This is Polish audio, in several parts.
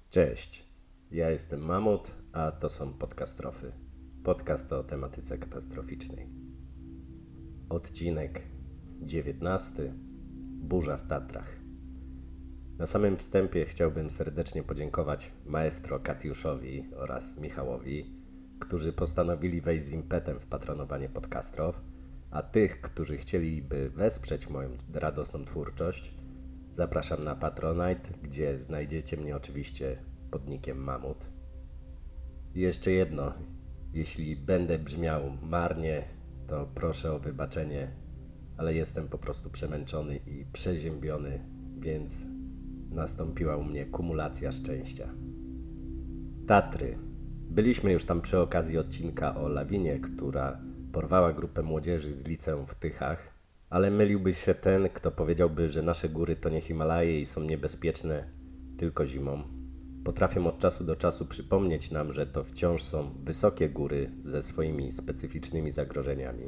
Cześć, ja jestem Mamut, a to są Podcastrofy. Podcast o tematyce katastroficznej. Odcinek 19. Burza w Tatrach. Na samym wstępie chciałbym serdecznie podziękować maestro Katiuszowi oraz Michałowi, którzy postanowili wejść z impetem w patronowanie Podcastrof, a tych, którzy chcieliby wesprzeć moją radosną twórczość, zapraszam na Patronite, gdzie znajdziecie mnie oczywiście pod nickiem Mamut. I jeszcze jedno, jeśli będę brzmiał marnie, to proszę o wybaczenie, ale jestem po prostu przemęczony i przeziębiony, więc nastąpiła u mnie kumulacja szczęścia. Tatry. Byliśmy już tam przy okazji odcinka o lawinie, która porwała grupę młodzieży z liceum w Tychach, ale myliłby się ten, kto powiedziałby, że nasze góry to nie Himalaje i są niebezpieczne tylko zimą. Potrafią od czasu do czasu przypomnieć nam, że to wciąż są wysokie góry ze swoimi specyficznymi zagrożeniami.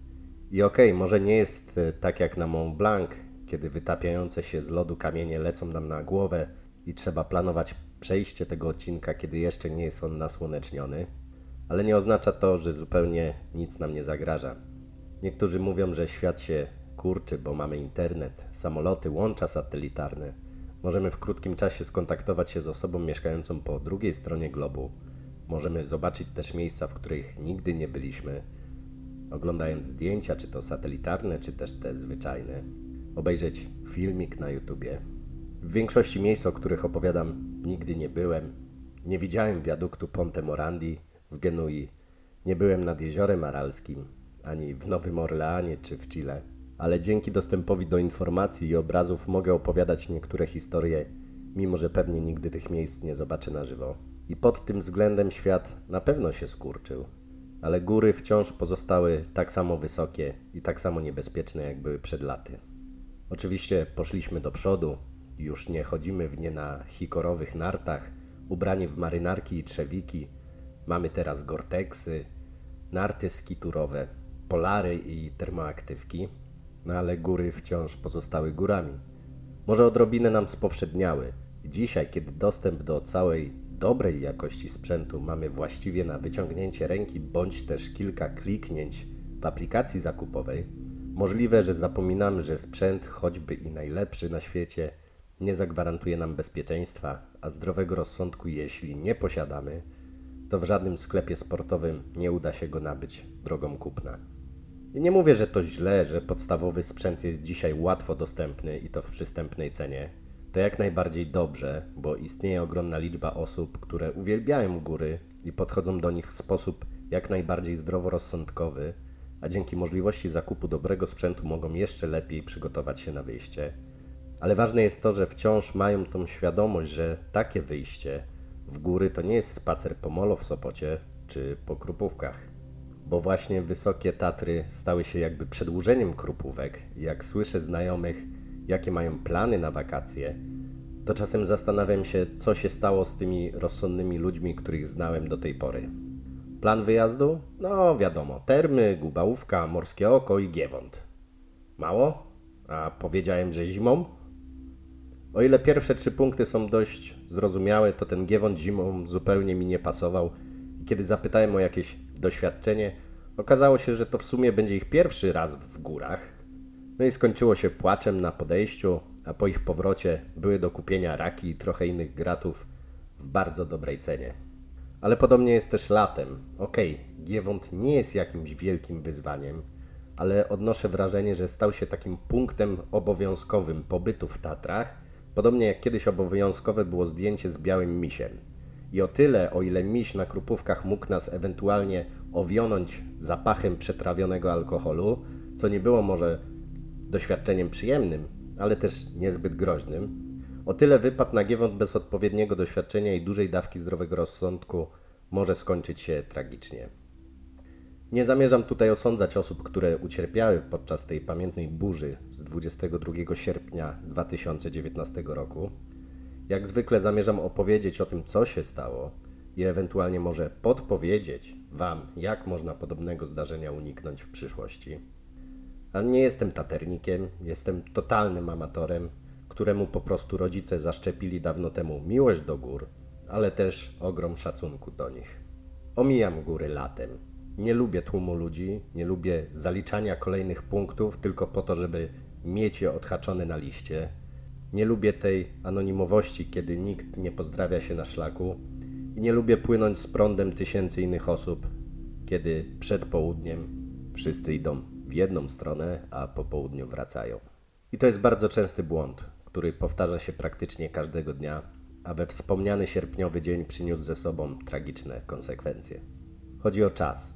I może nie jest tak jak na Mont Blanc, kiedy wytapiające się z lodu kamienie lecą nam na głowę i trzeba planować przejście tego odcinka, kiedy jeszcze nie jest on nasłoneczniony, ale nie oznacza to, że zupełnie nic nam nie zagraża. Niektórzy mówią, że świat się kurczy, bo mamy internet, samoloty, łącza satelitarne. Możemy w krótkim czasie skontaktować się z osobą mieszkającą po drugiej stronie globu. Możemy zobaczyć też miejsca, w których nigdy nie byliśmy, oglądając zdjęcia, czy to satelitarne, czy też te zwyczajne. Obejrzeć filmik na YouTubie. W większości miejsc, o których opowiadam, nigdy nie byłem. Nie widziałem wiaduktu Ponte Morandi w Genui. Nie byłem nad Jeziorem Aralskim, ani w Nowym Orleanie czy w Chile. Ale dzięki dostępowi do informacji i obrazów mogę opowiadać niektóre historie, mimo że pewnie nigdy tych miejsc nie zobaczę na żywo. I pod tym względem świat na pewno się skurczył, ale góry wciąż pozostały tak samo wysokie i tak samo niebezpieczne, jak były przed laty. Oczywiście poszliśmy do przodu, już nie chodzimy w nie na hikorowych nartach, ubrani w marynarki i trzewiki. Mamy teraz Gore-Texy, narty skiturowe, polary i termoaktywki, no ale góry wciąż pozostały górami. Może odrobinę nam spowszedniały. Dzisiaj, kiedy dostęp do całej dobrej jakości sprzętu mamy właściwie na wyciągnięcie ręki bądź też kilka kliknięć w aplikacji zakupowej, możliwe, że zapominamy, że sprzęt, choćby i najlepszy na świecie, nie zagwarantuje nam bezpieczeństwa, a zdrowego rozsądku, jeśli nie posiadamy, to w żadnym sklepie sportowym nie uda się go nabyć drogą kupna. I nie mówię, że to źle, że podstawowy sprzęt jest dzisiaj łatwo dostępny i to w przystępnej cenie. To jak najbardziej dobrze, bo istnieje ogromna liczba osób, które uwielbiają góry i podchodzą do nich w sposób jak najbardziej zdroworozsądkowy, a dzięki możliwości zakupu dobrego sprzętu mogą jeszcze lepiej przygotować się na wyjście. Ale ważne jest to, że wciąż mają tą świadomość, że takie wyjście w góry to nie jest spacer po molo w Sopocie czy po Krupówkach. Bo właśnie wysokie Tatry stały się jakby przedłużeniem Krupówek. Jak słyszę znajomych, jakie mają plany na wakacje, to czasem zastanawiam się, co się stało z tymi rozsądnymi ludźmi, których znałem do tej pory. Plan wyjazdu? No wiadomo, Termy, Gubałówka, Morskie Oko i Giewont. Mało? A powiedziałem, że zimą? O ile pierwsze 3 punkty są dość zrozumiałe, to ten Giewont zimą zupełnie mi nie pasował i kiedy zapytałem o jakieś doświadczenie, okazało się, że to w sumie będzie ich pierwszy raz w górach. No i skończyło się płaczem na podejściu, a po ich powrocie były do kupienia raki i trochę innych gratów w bardzo dobrej cenie. Ale podobnie jest też latem. Giewont nie jest jakimś wielkim wyzwaniem, ale odnoszę wrażenie, że stał się takim punktem obowiązkowym pobytu w Tatrach, podobnie jak kiedyś obowiązkowe było zdjęcie z białym misiem. I o tyle, o ile miś na Krupówkach mógł nas ewentualnie owionąć zapachem przetrawionego alkoholu, co nie było może doświadczeniem przyjemnym, ale też niezbyt groźnym, o tyle wypad na Giewont bez odpowiedniego doświadczenia i dużej dawki zdrowego rozsądku może skończyć się tragicznie. Nie zamierzam tutaj osądzać osób, które ucierpiały podczas tej pamiętnej burzy z 22 sierpnia 2019 roku. Jak zwykle zamierzam opowiedzieć o tym, co się stało i ewentualnie może podpowiedzieć Wam, jak można podobnego zdarzenia uniknąć w przyszłości. Ale nie jestem taternikiem, jestem totalnym amatorem, któremu po prostu rodzice zaszczepili dawno temu miłość do gór ale też ogrom szacunku do nich. Omijam góry latem. Nie lubię tłumu ludzi, nie lubię zaliczania kolejnych punktów tylko po to, żeby mieć je odhaczone na liście. Nie lubię tej anonimowości, kiedy nikt nie pozdrawia się na szlaku i nie lubię płynąć z prądem tysięcy innych osób, kiedy przed południem wszyscy idą w jedną stronę, a po południu wracają. I to jest bardzo częsty błąd, który powtarza się praktycznie każdego dnia, a we wspomniany sierpniowy dzień przyniósł ze sobą tragiczne konsekwencje. Chodzi o czas.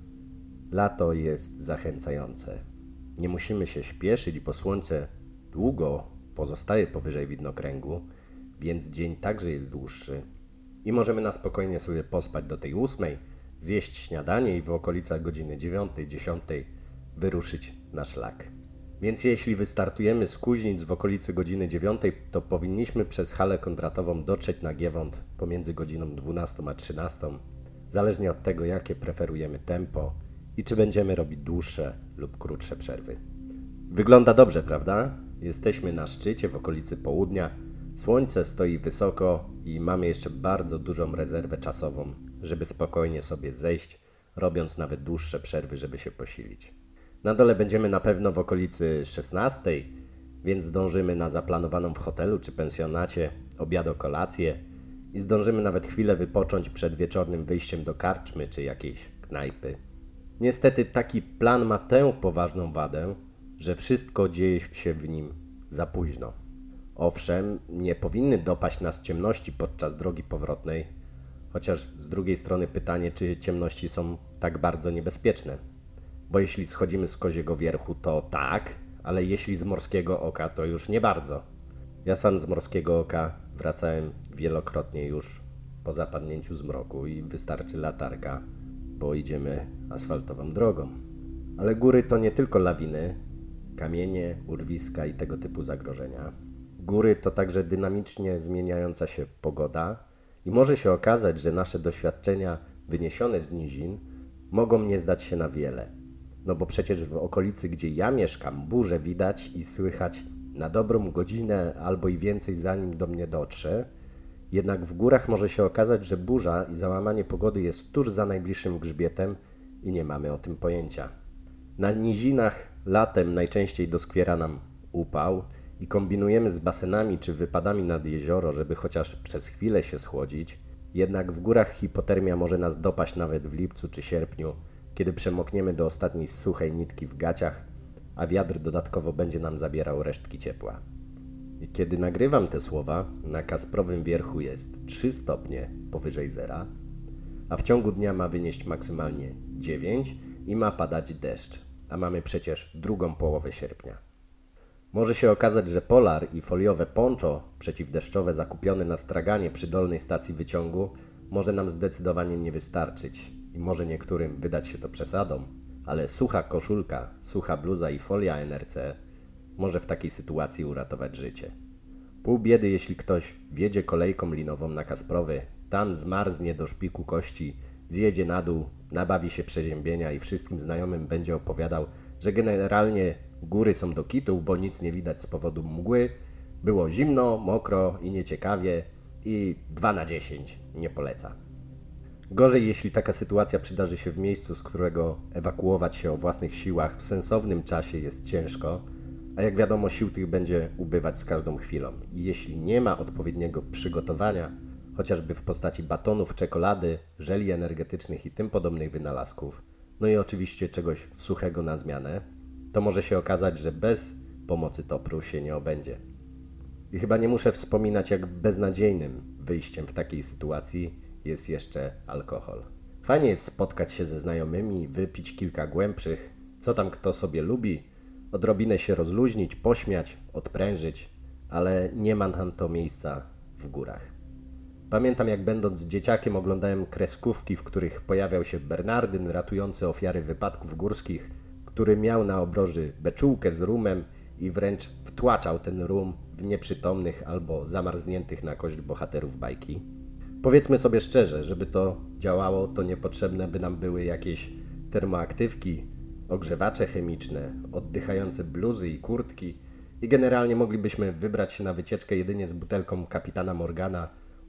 Lato jest zachęcające. Nie musimy się śpieszyć, bo słońce długo pozostaje powyżej widnokręgu, więc dzień także jest dłuższy i możemy na spokojnie sobie pospać do tej 8, zjeść śniadanie i w okolicach godziny 9, 10 wyruszyć na szlak. Więc jeśli wystartujemy z Kuźnic w okolicy godziny 9, to powinniśmy przez halę Kondratową dotrzeć na Giewont pomiędzy godziną 12 a 13, zależnie od tego, jakie preferujemy tempo i czy będziemy robić dłuższe lub krótsze przerwy. Wygląda dobrze, prawda? Jesteśmy na szczycie w okolicy południa, słońce stoi wysoko i mamy jeszcze bardzo dużą rezerwę czasową, żeby spokojnie sobie zejść, robiąc nawet dłuższe przerwy, żeby się posilić. Na dole będziemy na pewno w okolicy 16, więc zdążymy na zaplanowaną w hotelu czy pensjonacie obiado-kolację i zdążymy nawet chwilę wypocząć przed wieczornym wyjściem do karczmy czy jakiejś knajpy. Niestety taki plan ma tę poważną wadę, że wszystko dzieje się w nim za późno. Owszem, nie powinny dopaść nas ciemności podczas drogi powrotnej, chociaż z drugiej strony pytanie, czy ciemności są tak bardzo niebezpieczne. Bo jeśli schodzimy z Koziego Wierchu, to tak, ale jeśli z Morskiego Oka, to już nie bardzo. Ja sam z Morskiego Oka wracałem wielokrotnie już po zapadnięciu zmroku i wystarczy latarka, bo idziemy asfaltową drogą. Ale góry to nie tylko lawiny, kamienie, urwiska i tego typu zagrożenia. Góry to także dynamicznie zmieniająca się pogoda i może się okazać, że nasze doświadczenia wyniesione z nizin mogą nie zdać się na wiele. No bo przecież w okolicy, gdzie ja mieszkam, burzę widać i słychać na dobrą godzinę albo i więcej, zanim do mnie dotrze. Jednak w górach może się okazać, że burza i załamanie pogody jest tuż za najbliższym grzbietem i nie mamy o tym pojęcia. Na nizinach latem najczęściej doskwiera nam upał i kombinujemy z basenami czy wypadami nad jezioro, żeby chociaż przez chwilę się schłodzić. Jednak w górach hipotermia może nas dopaść nawet w lipcu czy sierpniu, kiedy przemokniemy do ostatniej suchej nitki w gaciach, a wiatr dodatkowo będzie nam zabierał resztki ciepła. I kiedy nagrywam te słowa, na Kasprowym Wierchu jest 3 stopnie powyżej zera, a w ciągu dnia ma wynieść maksymalnie 9 i ma padać deszcz, a mamy przecież drugą połowę sierpnia. Może się okazać, że polar i foliowe poncho przeciwdeszczowe zakupione na straganie przy dolnej stacji wyciągu może nam zdecydowanie nie wystarczyć i może niektórym wydać się to przesadą, ale sucha koszulka, sucha bluza i folia NRC może w takiej sytuacji uratować życie. Pół biedy, jeśli ktoś wjedzie kolejką linową na Kasprowy, tam zmarznie do szpiku kości, zjedzie na dół, nabawi się przeziębienia i wszystkim znajomym będzie opowiadał, że generalnie góry są do kitu, bo nic nie widać z powodu mgły, było zimno, mokro i nieciekawie i 2 na 10 nie poleca. Gorzej, jeśli taka sytuacja przydarzy się w miejscu, z którego ewakuować się o własnych siłach w sensownym czasie jest ciężko, a jak wiadomo sił tych będzie ubywać z każdą chwilą. I jeśli nie ma odpowiedniego przygotowania, chociażby w postaci batonów, czekolady, żeli energetycznych i tym podobnych wynalazków, no i oczywiście czegoś suchego na zmianę, to może się okazać, że bez pomocy TOPR-u się nie obędzie. I chyba nie muszę wspominać, jak beznadziejnym wyjściem w takiej sytuacji jest jeszcze alkohol. Fajnie jest spotkać się ze znajomymi, wypić kilka głębszych, co tam kto sobie lubi, odrobinę się rozluźnić, pośmiać, odprężyć, ale nie ma nam to miejsca w górach. Pamiętam, jak będąc dzieciakiem oglądałem kreskówki, w których pojawiał się Bernardyn ratujący ofiary wypadków górskich, który miał na obroży beczułkę z rumem i wręcz wtłaczał ten rum w nieprzytomnych albo zamarzniętych na kość bohaterów bajki. Powiedzmy sobie szczerze, żeby to działało, to niepotrzebne by nam były jakieś termoaktywki, ogrzewacze chemiczne, oddychające bluzy i kurtki i generalnie moglibyśmy wybrać się na wycieczkę jedynie z butelką kapitana Morgana,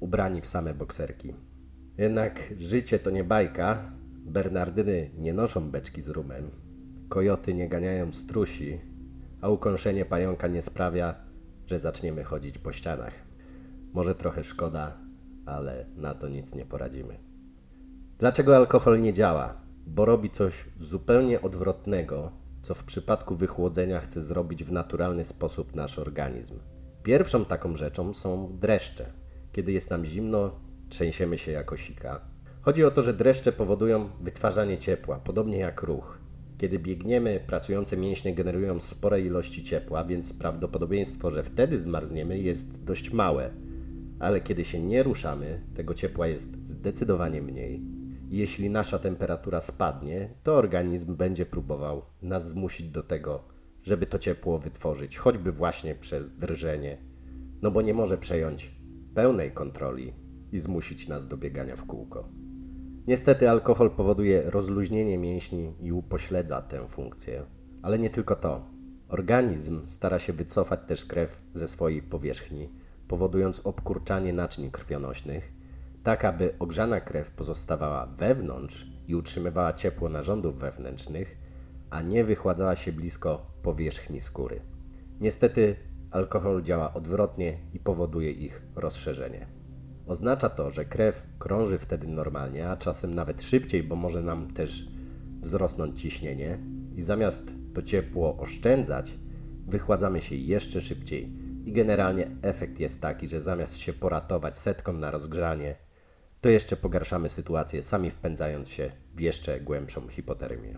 ubrani w same bokserki. Jednak życie to nie bajka, Bernardyny nie noszą beczki z rumem, kojoty nie ganiają strusi, a ukąszenie pająka nie sprawia, że zaczniemy chodzić po ścianach. Może trochę szkoda, ale na to nic nie poradzimy. Dlaczego alkohol nie działa? Bo robi coś zupełnie odwrotnego, co w przypadku wychłodzenia chce zrobić w naturalny sposób nasz organizm. Pierwszą taką rzeczą są dreszcze. Kiedy jest nam zimno, trzęsiemy się jak osika. Chodzi o to, że dreszcze powodują wytwarzanie ciepła, podobnie jak ruch. Kiedy biegniemy, pracujące mięśnie generują spore ilości ciepła, więc prawdopodobieństwo, że wtedy zmarzniemy, jest dość małe. Ale kiedy się nie ruszamy, tego ciepła jest zdecydowanie mniej. Jeśli nasza temperatura spadnie, to organizm będzie próbował nas zmusić do tego, żeby to ciepło wytworzyć, choćby właśnie przez drżenie, no bo nie może przejąć pełnej kontroli i zmusić nas do biegania w kółko. Niestety alkohol powoduje rozluźnienie mięśni i upośledza tę funkcję, ale nie tylko to. Organizm stara się wycofać też krew ze swojej powierzchni, powodując obkurczanie naczyń krwionośnych, tak aby ogrzana krew pozostawała wewnątrz i utrzymywała ciepło narządów wewnętrznych, a nie wychładzała się blisko powierzchni skóry. Niestety alkohol działa odwrotnie i powoduje ich rozszerzenie. Oznacza to, że krew krąży wtedy normalnie, a czasem nawet szybciej, bo może nam też wzrosnąć ciśnienie i zamiast to ciepło oszczędzać, wychładzamy się jeszcze szybciej i generalnie efekt jest taki, że zamiast się poratować setką na rozgrzanie, to jeszcze pogarszamy sytuację, sami wpędzając się w jeszcze głębszą hipotermię.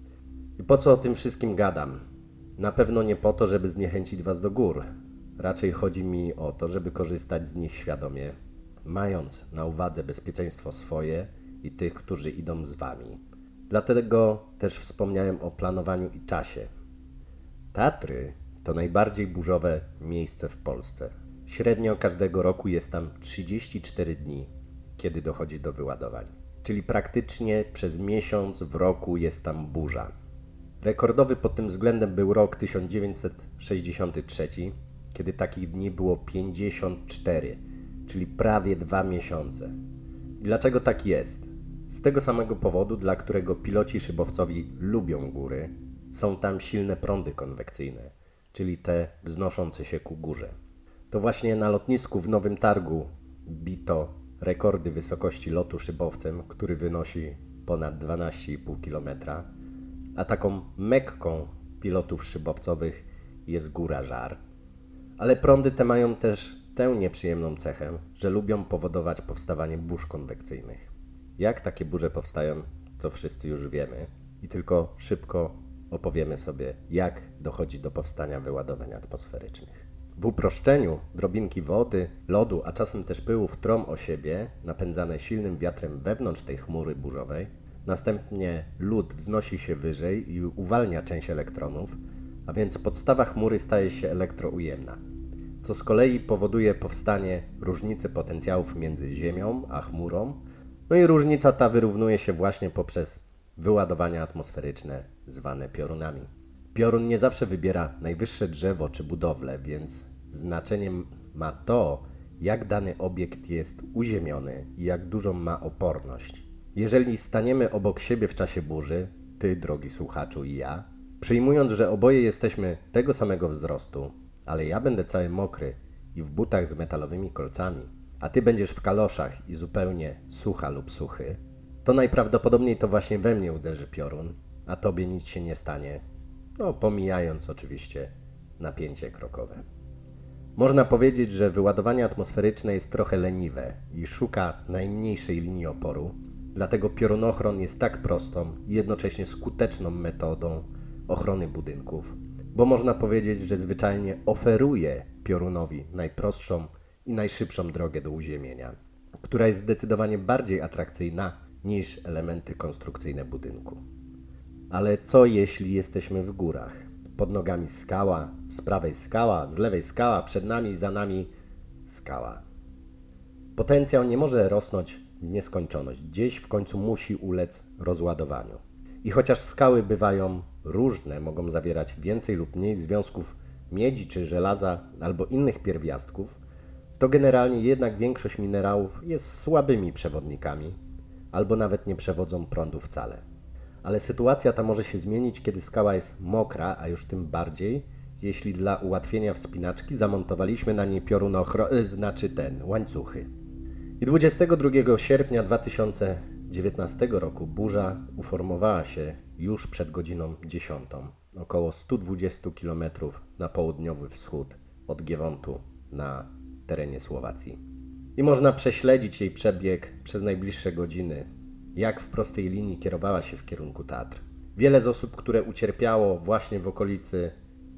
I po co o tym wszystkim gadam? Na pewno nie po to, żeby zniechęcić Was do gór. Raczej chodzi mi o to, żeby korzystać z nich świadomie, mając na uwadze bezpieczeństwo swoje i tych, którzy idą z Wami. Dlatego też wspomniałem o planowaniu i czasie. Tatry to najbardziej burzowe miejsce w Polsce. Średnio każdego roku jest tam 34 dni, kiedy dochodzi do wyładowań. Czyli praktycznie przez miesiąc w roku jest tam burza. Rekordowy pod tym względem był rok 1963, kiedy takich dni było 54, czyli prawie 2 miesiące. I dlaczego tak jest? Z tego samego powodu, dla którego piloci szybowcowi lubią góry, są tam silne prądy konwekcyjne, czyli te wznoszące się ku górze. To właśnie na lotnisku w Nowym Targu bito rekordy wysokości lotu szybowcem, który wynosi ponad 12,5 km, a taką mekką pilotów szybowcowych jest Góra Żar. Ale prądy te mają też tę nieprzyjemną cechę, że lubią powodować powstawanie burz konwekcyjnych. Jak takie burze powstają, to wszyscy już wiemy i tylko szybko opowiemy sobie, jak dochodzi do powstania wyładowań atmosferycznych. W uproszczeniu drobinki wody, lodu, a czasem też pyłów trą o siebie, napędzane silnym wiatrem wewnątrz tej chmury burzowej. Następnie lód wznosi się wyżej i uwalnia część elektronów, a więc podstawa chmury staje się elektroujemna, co z kolei powoduje powstanie różnicy potencjałów między Ziemią a chmurą, no i różnica ta wyrównuje się właśnie poprzez wyładowania atmosferyczne zwane piorunami. Piorun nie zawsze wybiera najwyższe drzewo czy budowlę, więc znaczeniem ma to, jak dany obiekt jest uziemiony i jak dużą ma oporność. Jeżeli staniemy obok siebie w czasie burzy, Ty, drogi słuchaczu, i ja, przyjmując, że oboje jesteśmy tego samego wzrostu, ale ja będę cały mokry i w butach z metalowymi kolcami, a Ty będziesz w kaloszach i zupełnie sucha lub suchy, to najprawdopodobniej to właśnie we mnie uderzy piorun, a Tobie nic się nie stanie, no pomijając oczywiście napięcie krokowe. Można powiedzieć, że wyładowanie atmosferyczne jest trochę leniwe i szuka najmniejszej linii oporu, dlatego piorunochron jest tak prostą i jednocześnie skuteczną metodą ochrony budynków, bo można powiedzieć, że zwyczajnie oferuje piorunowi najprostszą i najszybszą drogę do uziemienia, która jest zdecydowanie bardziej atrakcyjna niż elementy konstrukcyjne budynku. Ale co jeśli jesteśmy w górach? Pod nogami skała, z prawej skała, z lewej skała, przed nami, za nami skała. Potencjał nie może rosnąć w nieskończoność. Gdzieś w końcu musi ulec rozładowaniu. I chociaż skały bywają różne, mogą zawierać więcej lub mniej związków miedzi czy żelaza albo innych pierwiastków, to generalnie jednak większość minerałów jest słabymi przewodnikami, albo nawet nie przewodzą prądu wcale. Ale sytuacja ta może się zmienić, kiedy skała jest mokra, a już tym bardziej, jeśli dla ułatwienia wspinaczki zamontowaliśmy na niej łańcuchy. I 22 sierpnia 2019 roku burza uformowała się już przed godziną 10, około 120 km na południowy wschód od Giewontu na terenie Słowacji. I można prześledzić jej przebieg przez najbliższe godziny, jak w prostej linii kierowała się w kierunku Tatr. Wiele z osób, które ucierpiało właśnie w okolicy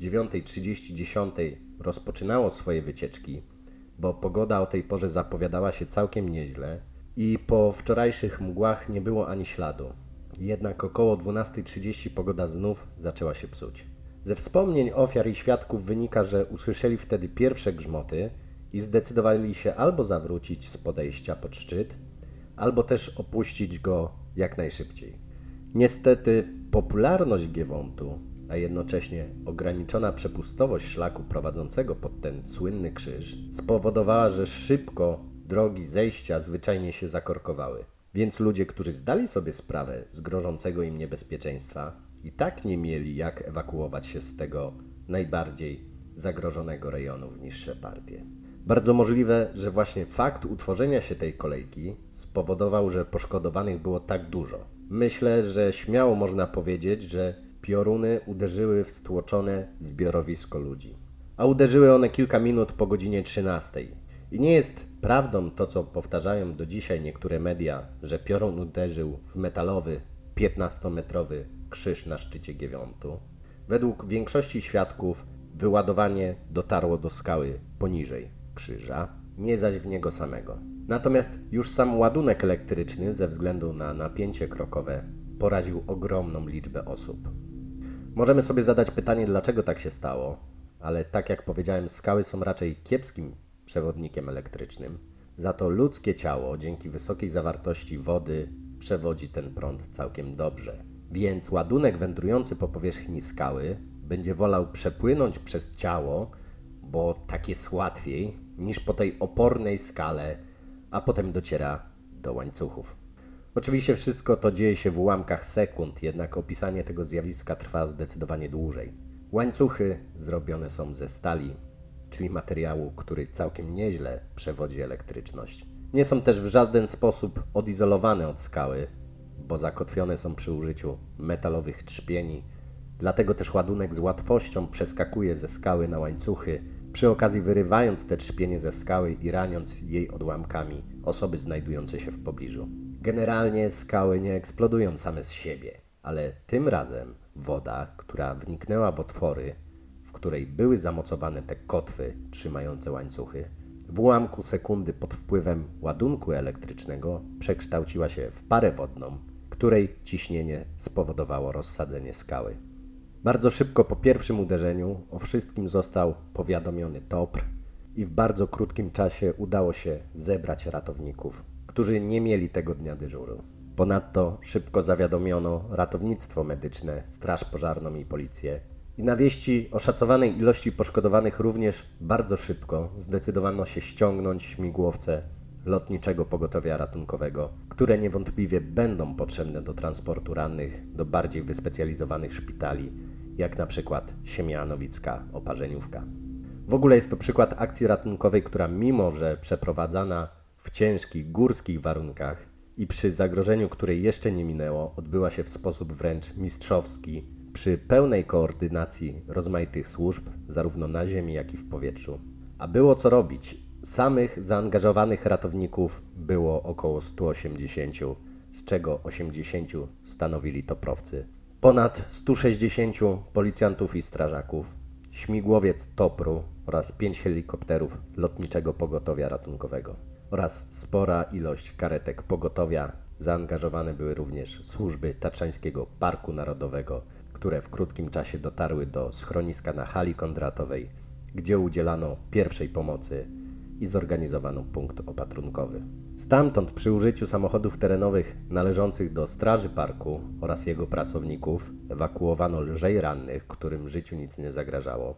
9:30, 10 rozpoczynało swoje wycieczki, bo pogoda o tej porze zapowiadała się całkiem nieźle i po wczorajszych mgłach nie było ani śladu. Jednak około 12:30 pogoda znów zaczęła się psuć. Ze wspomnień ofiar i świadków wynika, że usłyszeli wtedy pierwsze grzmoty i zdecydowali się albo zawrócić z podejścia pod szczyt, albo też opuścić go jak najszybciej. Niestety popularność Giewontu, a jednocześnie ograniczona przepustowość szlaku prowadzącego pod ten słynny krzyż spowodowała, że szybko drogi zejścia zwyczajnie się zakorkowały. Więc ludzie, którzy zdali sobie sprawę z grożącego im niebezpieczeństwa, i tak nie mieli jak ewakuować się z tego najbardziej zagrożonego rejonu w niższe partie. Bardzo możliwe, że właśnie fakt utworzenia się tej kolejki spowodował, że poszkodowanych było tak dużo. Myślę, że śmiało można powiedzieć, że pioruny uderzyły w stłoczone zbiorowisko ludzi. A uderzyły one kilka minut po godzinie 13. I nie jest prawdą to, co powtarzają do dzisiaj niektóre media, że piorun uderzył w metalowy, 15-metrowy krzyż na szczycie Giewontu. Według większości świadków wyładowanie dotarło do skały poniżej krzyża, nie zaś w niego samego. Natomiast już sam ładunek elektryczny ze względu na napięcie krokowe poraził ogromną liczbę osób. Możemy sobie zadać pytanie, dlaczego tak się stało, ale tak jak powiedziałem, skały są raczej kiepskim przewodnikiem elektrycznym. Za to ludzkie ciało dzięki wysokiej zawartości wody przewodzi ten prąd całkiem dobrze. Więc ładunek wędrujący po powierzchni skały będzie wolał przepłynąć przez ciało, bo tak jest łatwiej, niż po tej opornej skale, a potem dociera do łańcuchów. Oczywiście wszystko to dzieje się w ułamkach sekund, jednak opisanie tego zjawiska trwa zdecydowanie dłużej. Łańcuchy zrobione są ze stali, czyli materiału, który całkiem nieźle przewodzi elektryczność. Nie są też w żaden sposób odizolowane od skały, bo zakotwione są przy użyciu metalowych trzpieni, dlatego też ładunek z łatwością przeskakuje ze skały na łańcuchy, przy okazji wyrywając te trzpienie ze skały i raniąc jej odłamkami osoby znajdujące się w pobliżu. Generalnie skały nie eksplodują same z siebie, ale tym razem woda, która wniknęła w otwory, w której były zamocowane te kotwy trzymające łańcuchy, w ułamku sekundy pod wpływem ładunku elektrycznego przekształciła się w parę wodną, której ciśnienie spowodowało rozsadzenie skały. Bardzo szybko po pierwszym uderzeniu o wszystkim został powiadomiony TOPR i w bardzo krótkim czasie udało się zebrać ratowników, którzy nie mieli tego dnia dyżuru. Ponadto szybko zawiadomiono ratownictwo medyczne, straż pożarną i policję. I na wieści o szacowanej ilości poszkodowanych również bardzo szybko zdecydowano się ściągnąć śmigłowce Lotniczego Pogotowia Ratunkowego, które niewątpliwie będą potrzebne do transportu rannych do bardziej wyspecjalizowanych szpitali, jak na przykład Siemianowicka Oparzeniówka. W ogóle jest to przykład akcji ratunkowej, która mimo, że przeprowadzana w ciężkich górskich warunkach i przy zagrożeniu, które jeszcze nie minęło, odbyła się w sposób wręcz mistrzowski, przy pełnej koordynacji rozmaitych służb, zarówno na ziemi, jak i w powietrzu. A było co robić. Samych zaangażowanych ratowników było około 180, z czego 80 stanowili toprowcy. Ponad 160 policjantów i strażaków, śmigłowiec TOPR-u oraz 5 helikopterów Lotniczego Pogotowia Ratunkowego oraz spora ilość karetek pogotowia. Zaangażowane były również służby Tatrzańskiego Parku Narodowego, które w krótkim czasie dotarły do schroniska na hali Kondratowej, gdzie udzielano pierwszej pomocy i zorganizowano punkt opatrunkowy. Stamtąd przy użyciu samochodów terenowych należących do Straży Parku oraz jego pracowników ewakuowano lżej rannych, którym życiu nic nie zagrażało.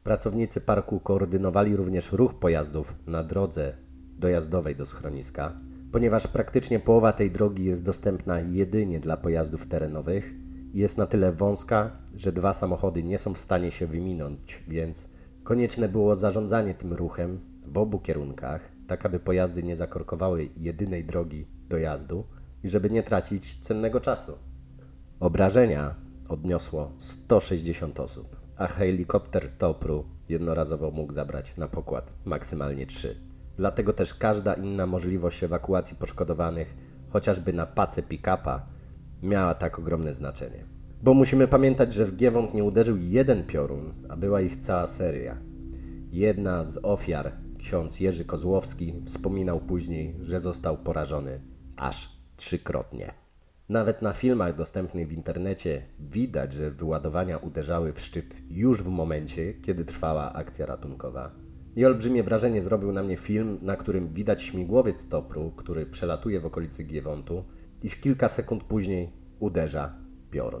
Pracownicy parku koordynowali również ruch pojazdów na drodze dojazdowej do schroniska, ponieważ praktycznie połowa tej drogi jest dostępna jedynie dla pojazdów terenowych i jest na tyle wąska, że 2 samochody nie są w stanie się wyminąć, więc konieczne było zarządzanie tym ruchem w obu kierunkach, tak aby pojazdy nie zakorkowały jedynej drogi dojazdu i żeby nie tracić cennego czasu. Obrażenia odniosło 160 osób, a helikopter TOPR-u jednorazowo mógł zabrać na pokład maksymalnie 3. Dlatego też każda inna możliwość ewakuacji poszkodowanych, chociażby na pace pick-upa, miała tak ogromne znaczenie. Bo musimy pamiętać, że w Giewont nie uderzył jeden piorun, a była ich cała seria. Jedna z ofiar, ksiądz Jerzy Kozłowski, wspominał później, że został porażony aż 3-krotnie. Nawet na filmach dostępnych w internecie widać, że wyładowania uderzały w szczyt już w momencie, kiedy trwała akcja ratunkowa. I olbrzymie wrażenie zrobił na mnie film, na którym widać śmigłowiec TOPR-u, który przelatuje w okolicy Giewontu i w kilka sekund później uderza piorun.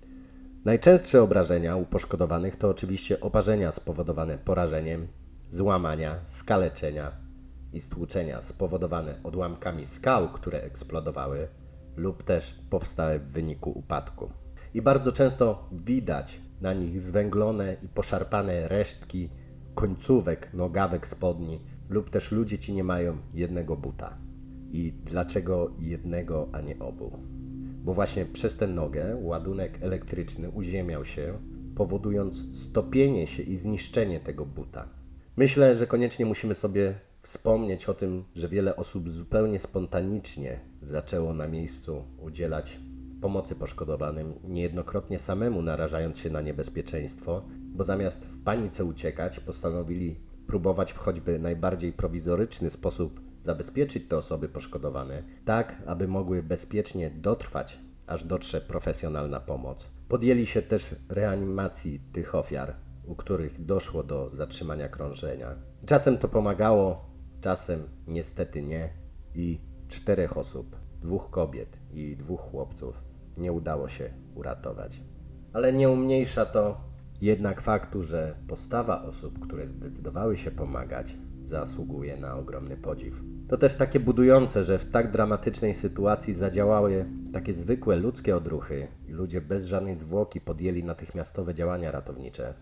Najczęstsze obrażenia u poszkodowanych to oczywiście oparzenia spowodowane porażeniem, złamania, skaleczenia i stłuczenia spowodowane odłamkami skał, które eksplodowały lub też powstałe w wyniku upadku. I bardzo często widać na nich zwęglone i poszarpane resztki końcówek, nogawek spodni lub też ludzie ci nie mają jednego buta. I dlaczego jednego, a nie obu? Bo właśnie przez tę nogę ładunek elektryczny uziemiał się, powodując stopienie się i zniszczenie tego buta. Myślę, że koniecznie musimy sobie wspomnieć o tym, że wiele osób zupełnie spontanicznie zaczęło na miejscu udzielać pomocy poszkodowanym, niejednokrotnie samemu narażając się na niebezpieczeństwo, bo zamiast w panice uciekać, postanowili próbować w choćby najbardziej prowizoryczny sposób zabezpieczyć te osoby poszkodowane, tak aby mogły bezpiecznie dotrwać, aż dotrze profesjonalna pomoc. Podjęli się też reanimacji tych ofiar, u których doszło do zatrzymania krążenia. Czasem to pomagało, czasem niestety nie i 4 osób, 2 kobiet i 2 chłopców nie udało się uratować. Ale nie umniejsza to jednak faktu, że postawa osób, które zdecydowały się pomagać, zasługuje na ogromny podziw. To też takie budujące, że w tak dramatycznej sytuacji zadziałały takie zwykłe ludzkie odruchy i ludzie bez żadnej zwłoki podjęli natychmiastowe działania ratownicze,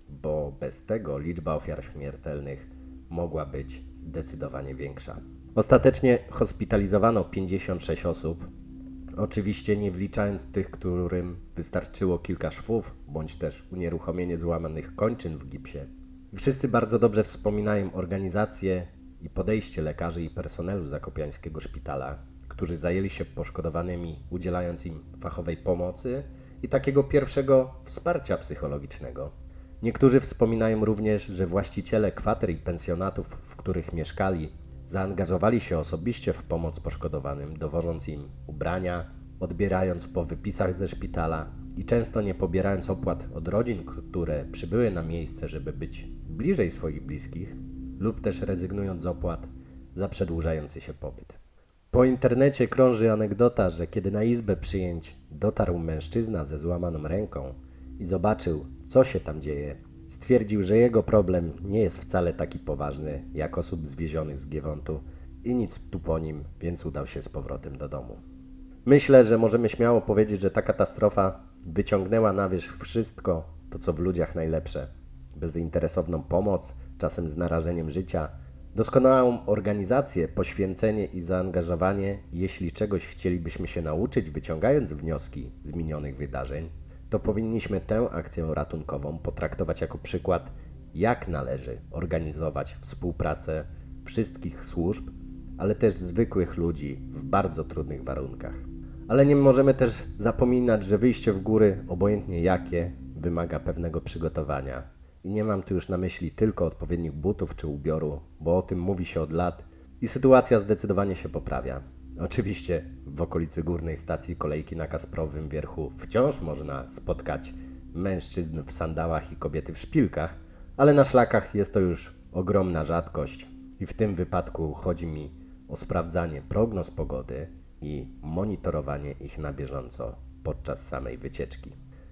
bo bez tego liczba ofiar śmiertelnych mogła być zdecydowanie większa. Ostatecznie hospitalizowano 56 osób, oczywiście nie wliczając tych, którym wystarczyło kilka szwów, bądź też unieruchomienie złamanych kończyn w gipsie. Wszyscy bardzo dobrze wspominają organizację i podejście lekarzy i personelu zakopiańskiego szpitala, którzy zajęli się poszkodowanymi, udzielając im fachowej pomocy i takiego pierwszego wsparcia psychologicznego. Niektórzy wspominają również, że właściciele kwater i pensjonatów, w których mieszkali, zaangażowali się osobiście w pomoc poszkodowanym, dowożąc im ubrania, odbierając po wypisach ze szpitala i często nie pobierając opłat od rodzin, które przybyły na miejsce, żeby być bliżej swoich bliskich, lub też rezygnując z opłat za przedłużający się pobyt. Po internecie krąży anegdota, że kiedy na izbę przyjęć dotarł mężczyzna ze złamaną ręką i zobaczył, co się tam dzieje, stwierdził, że jego problem nie jest wcale taki poważny jak osób zwiezionych z Giewontu i nic tu po nim, więc udał się z powrotem do domu. Myślę, że możemy śmiało powiedzieć, że ta katastrofa wyciągnęła na wierzch wszystko to, co w ludziach najlepsze. Bezinteresowną pomoc, czasem z narażeniem życia, doskonałą organizację, poświęcenie i zaangażowanie. Jeśli czegoś chcielibyśmy się nauczyć, wyciągając wnioski z minionych wydarzeń, to powinniśmy tę akcję ratunkową potraktować jako przykład, jak należy organizować współpracę wszystkich służb, ale też zwykłych ludzi w bardzo trudnych warunkach. Ale nie możemy też zapominać, że wyjście w góry, obojętnie jakie, wymaga pewnego przygotowania. I nie mam tu już na myśli tylko odpowiednich butów czy ubioru, bo o tym mówi się od lat i sytuacja zdecydowanie się poprawia. Oczywiście w okolicy górnej stacji kolejki na Kasprowym Wierchu wciąż można spotkać mężczyzn w sandałach i kobiety w szpilkach, ale na szlakach jest to już ogromna rzadkość i w tym wypadku chodzi mi o sprawdzanie prognoz pogody i monitorowanie ich na bieżąco podczas samej wycieczki.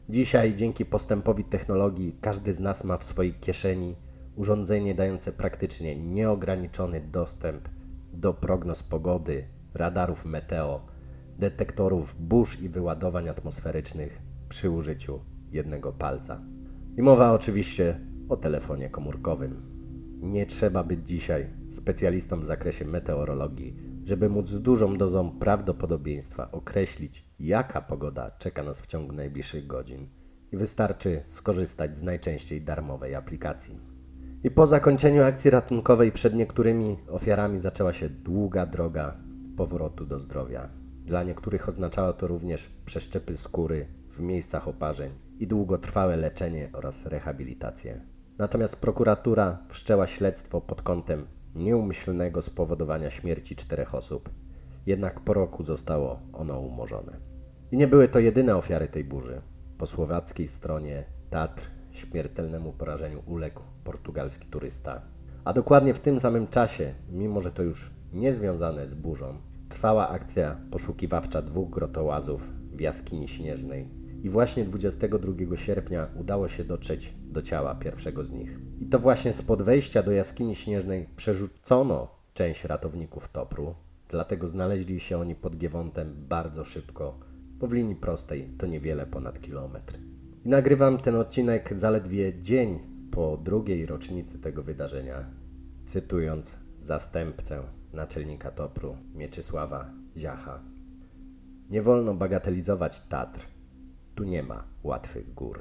Dzisiaj dzięki postępowi technologii każdy z nas ma w swojej kieszeni urządzenie dające praktycznie nieograniczony dostęp do prognoz pogody, radarów meteo, detektorów burz i wyładowań atmosferycznych przy użyciu jednego palca. I mowa oczywiście o telefonie komórkowym. Nie trzeba być dzisiaj specjalistą w zakresie meteorologii, żeby móc z dużą dozą prawdopodobieństwa określić, jaka pogoda czeka nas w ciągu najbliższych godzin. I wystarczy skorzystać z najczęściej darmowej aplikacji. I po zakończeniu akcji ratunkowej przed niektórymi ofiarami zaczęła się długa droga powrotu do zdrowia. Dla niektórych oznaczało to również przeszczepy skóry w miejscach oparzeń i długotrwałe leczenie oraz rehabilitację. Natomiast prokuratura wszczęła śledztwo pod kątem nieumyślnego spowodowania śmierci 4 osób. Jednak po roku zostało ono umorzone. I nie były to jedyne ofiary tej burzy. Po słowackiej stronie Tatr śmiertelnemu porażeniu uległ portugalski turysta. A dokładnie w tym samym czasie, mimo że to już nie związane z burzą, trwała akcja poszukiwawcza 2 grotołazów w jaskini śnieżnej. I właśnie 22 sierpnia udało się dotrzeć do ciała pierwszego z nich. I to właśnie spod wejścia do jaskini śnieżnej przerzucono część ratowników Topru, dlatego znaleźli się oni pod Giewontem bardzo szybko, bo w linii prostej to niewiele ponad kilometr. I nagrywam ten odcinek zaledwie dzień po 2. rocznicy tego wydarzenia, cytując zastępcę naczelnika Topru, Mieczysława Ziacha. Nie wolno bagatelizować Tatr. Tu nie ma łatwych gór.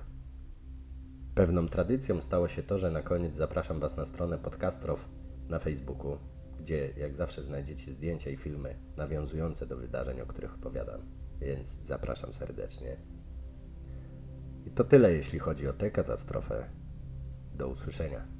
Pewną tradycją stało się to, że na koniec zapraszam Was na stronę Podcastrow na Facebooku, gdzie jak zawsze znajdziecie zdjęcia i filmy nawiązujące do wydarzeń, o których opowiadam. Więc zapraszam serdecznie. I to tyle, jeśli chodzi o tę katastrofę. Do usłyszenia.